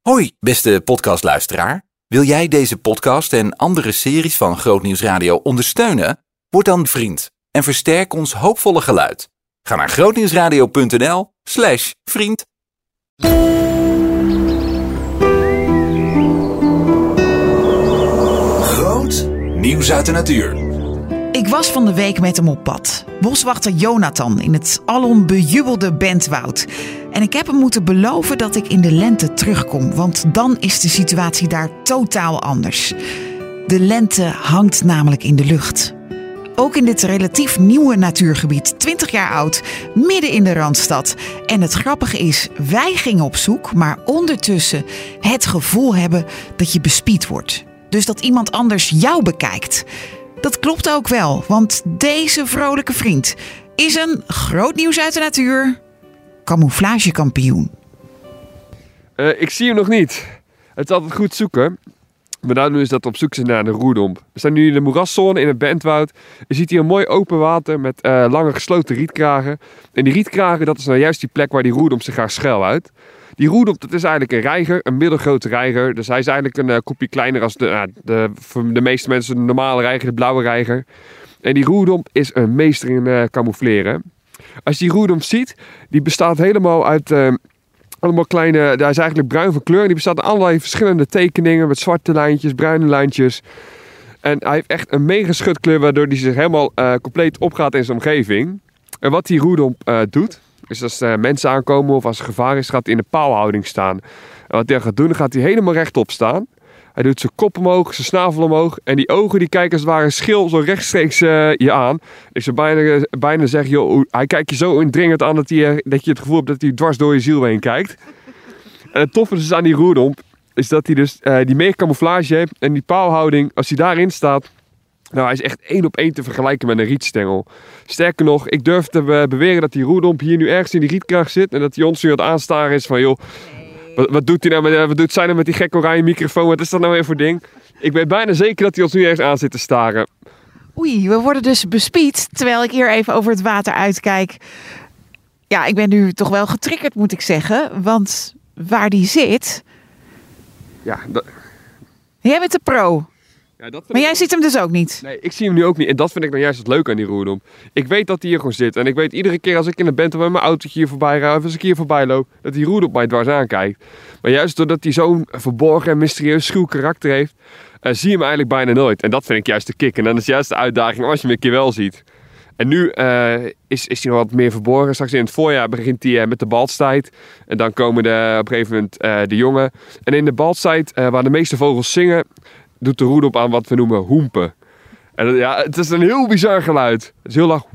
Hoi, beste podcastluisteraar. Wil jij deze podcast en andere series van Groot Nieuws Radio ondersteunen? Word dan vriend en versterk ons hoopvolle geluid. Ga naar grootnieuwsradio.nl/vriend. Groot nieuws uit de natuur. Ik was van de week met hem op pad. Boswachter Jonathan in het alom bejubelde Bentwoud. En ik heb hem moeten beloven dat ik in de lente terugkom. Want dan is de situatie daar totaal anders. De lente hangt namelijk in de lucht. Ook in dit relatief nieuwe natuurgebied, 20 jaar oud, midden in de Randstad. En het grappige is, wij gingen op zoek, maar ondertussen het gevoel hebben dat je bespied wordt. Dus dat iemand anders jou bekijkt. Dat klopt ook wel, want deze vrolijke vriend is een groot nieuws uit de natuur camouflagekampioen. Ik zie hem nog niet. Het is altijd goed zoeken. Maar nou is dat op zoek zijn naar een roerdomp. We staan nu in de moeraszone in het Bentwoud. Je ziet hier een mooi open water met lange gesloten rietkragen. En die rietkragen, dat is nou juist die plek waar die roerdomp zich graag schuilhoudt. Die roerdomp, dat is eigenlijk een reiger, een middelgrote reiger. Dus hij is eigenlijk een kopje kleiner als voor de meeste mensen de normale reiger, de blauwe reiger. En die roerdomp is een meester in camoufleren. Als je die roerdomp ziet, die bestaat helemaal uit allemaal kleine... Hij is eigenlijk bruin van kleur. En die bestaat uit allerlei verschillende tekeningen met zwarte lijntjes, bruine lijntjes. En hij heeft echt een mega schutkleur, waardoor hij zich helemaal compleet opgaat in zijn omgeving. En wat die roerdomp doet, is als mensen aankomen of als er gevaar is, gaat hij in de paalhouding staan. En wat hij gaat doen, dan gaat hij helemaal rechtop staan. Hij doet zijn kop omhoog, zijn snavel omhoog. En die ogen die kijken als het ware een schil zo rechtstreeks je aan. Ik zou bijna zeggen, joh, hij kijkt je zo indringend aan dat je het gevoel hebt dat hij dwars door je ziel heen kijkt. En het toffe dus aan die roerdomp is dat hij dus die mega camouflage heeft. En die paalhouding, als hij daarin staat, nou, hij is echt 1 op 1 te vergelijken met een rietstengel. Sterker nog, ik durf te beweren dat die roerdomp hier nu ergens in die rietkraag zit. En dat hij ons nu aan het aanstaren is van, joh, wat doet hij nou wat doet zij nou met die gekke oranje microfoon? Wat is dat nou weer voor ding? Ik weet bijna zeker dat hij ons nu ergens aan zit te staren. Oei, we worden dus bespied terwijl ik hier even over het water uitkijk. Ja, ik ben nu toch wel getriggerd, moet ik zeggen. Want waar die zit... Ja, Jij bent de pro. Ja, Maar jij ziet hem dus ook niet? Nee, ik zie hem nu ook niet. En dat vind ik dan juist het leuke aan die roerdomp. Ik weet dat hij hier gewoon zit. En ik weet iedere keer als ik in de Bentwoud met mijn autootje hier voorbij rijd, of als ik hier voorbij loop, dat die roerdomp mij dwars aankijkt. Maar juist doordat hij zo'n verborgen en mysterieus schuw karakter heeft, zie je hem eigenlijk bijna nooit. En dat vind ik juist de kick. En dan is juist de uitdaging als je hem een keer wel ziet. En nu is hij nog wat meer verborgen. Straks in het voorjaar begint hij met de baltstijd. En dan komen op een gegeven moment de jongen. En in de baltstijd, waar de meeste vogels zingen, doet de roerdomp aan wat we noemen hoempen. En ja, het is een heel bizar geluid. Het is heel laag.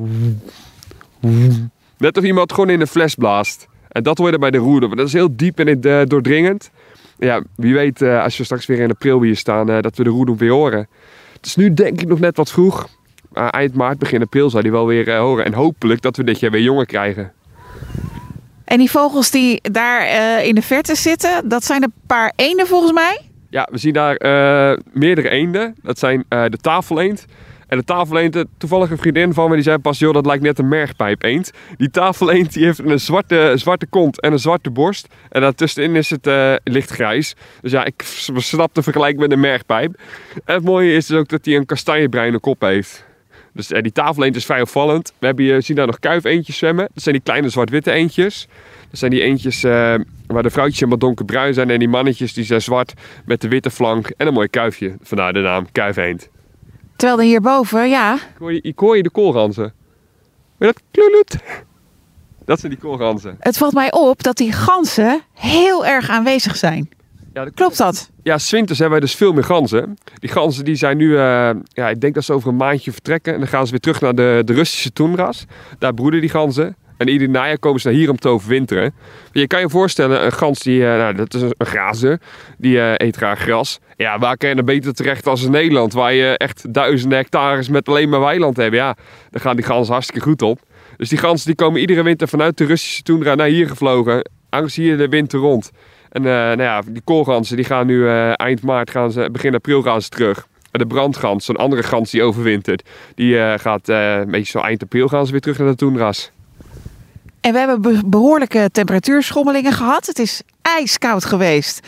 Net of iemand gewoon in een fles blaast. En dat hoor je bij de roerdomp. Dat is heel diep en doordringend. Ja, wie weet, als we straks weer in april hier staan, dat we de roerdomp weer horen. Het is nu denk ik nog net wat vroeg. Eind maart, begin april zou die wel weer horen. En hopelijk dat we dit jaar weer jongen krijgen. En die vogels die daar in de verte zitten, dat zijn een paar eenden volgens mij? Ja, we zien daar meerdere eenden. Dat zijn de tafeleend. En de tafeleend, toevallig een vriendin van me, die zei pas, joh, dat lijkt net een mergpijp-eend. Die tafeleend die heeft een zwarte kont en een zwarte borst. En daartussenin is het lichtgrijs. Dus ja, ik snap de vergelijking met een mergpijp. En het mooie is dus ook dat hij een kastanjebruine kop heeft. Dus die tafeleend is vrij opvallend. We hebben zien daar nog kuifeendjes zwemmen. Dat zijn die kleine zwart-witte eendjes. Dat zijn die eendjes waar de vrouwtjes helemaal donkerbruin zijn. En die mannetjes die zijn zwart met de witte flank en een mooi kuifje. Vandaar de naam kuifeend. Terwijl er hierboven, ja... Ik hoor je de koolganzen. Hoor je dat? Klulut. Dat zijn die koolganzen. Het valt mij op dat die ganzen heel erg aanwezig zijn. Ja, Klopt dat? Ja, 's winters hebben wij dus veel meer ganzen. Die ganzen die zijn nu, ik denk dat ze over een maandje vertrekken. En dan gaan ze weer terug naar de Russische toendra's. Daar broeden die ganzen. En ieder najaar komen ze naar hier om te overwinteren. Je kan je voorstellen, een gans dat is een grazer. Die eet graag gras. Ja, waar kan je dan beter terecht als in Nederland? Waar je echt duizenden hectares met alleen maar weiland hebt. Ja, dan gaan die ganzen hartstikke goed op. Dus die ganzen die komen iedere winter vanuit de Russische toendra naar hier gevlogen. Hangen ze hier de winter rond. En die koolganzen die gaan nu eind maart, begin april gaan ze terug. En de brandgans, zo'n andere gans die overwintert, die gaat een beetje zo eind april gaan ze weer terug naar de toendra's. En we hebben behoorlijke temperatuurschommelingen gehad. Het is ijskoud geweest.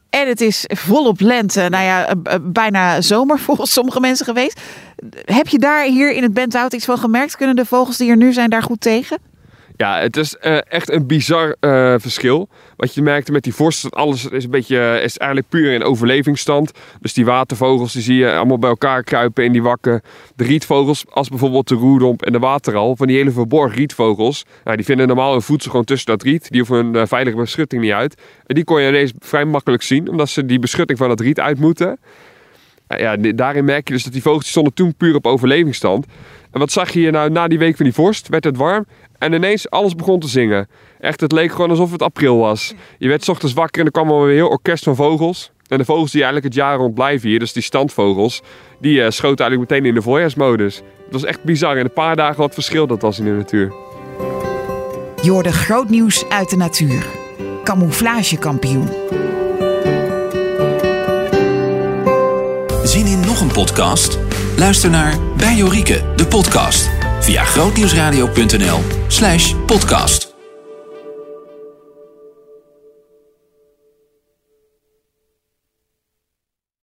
En het is volop lente. Nou ja, bijna zomer volgens sommige mensen geweest. Heb je daar hier in het Bentwoud iets van gemerkt? Kunnen de vogels die er nu zijn daar goed tegen? Ja, het is echt een bizar verschil. Wat je merkte met die vorst, dat alles is eigenlijk puur in overlevingsstand. Dus die watervogels, die zie je allemaal bij elkaar kruipen in die wakken. De rietvogels, als bijvoorbeeld de roerdomp en de wateral, van die hele verborgen rietvogels. Nou, die vinden normaal hun voedsel gewoon tussen dat riet. Die hoeven hun veilige beschutting niet uit. En die kon je ineens vrij makkelijk zien, omdat ze die beschutting van het riet uit moeten. Ja, daarin merk je dus dat die vogels stonden toen puur op overlevingsstand. En wat zag je hier nou na die week van die vorst? Werd het warm en ineens alles begon te zingen. Echt, het leek gewoon alsof het april was. Je werd 's ochtends wakker en er kwam alweer een heel orkest van vogels. En de vogels die eigenlijk het jaar rond blijven hier, dus die standvogels, die schoten eigenlijk meteen in de voorjaarsmodus. Het was echt bizar. In een paar dagen wat verschil dat was in de natuur. Je hoorde groot nieuws uit de natuur. Camouflagekampioen. Zin in nog een podcast? Luister naar Bij Jorike, de podcast. Via grootnieuwsradio.nl/podcast.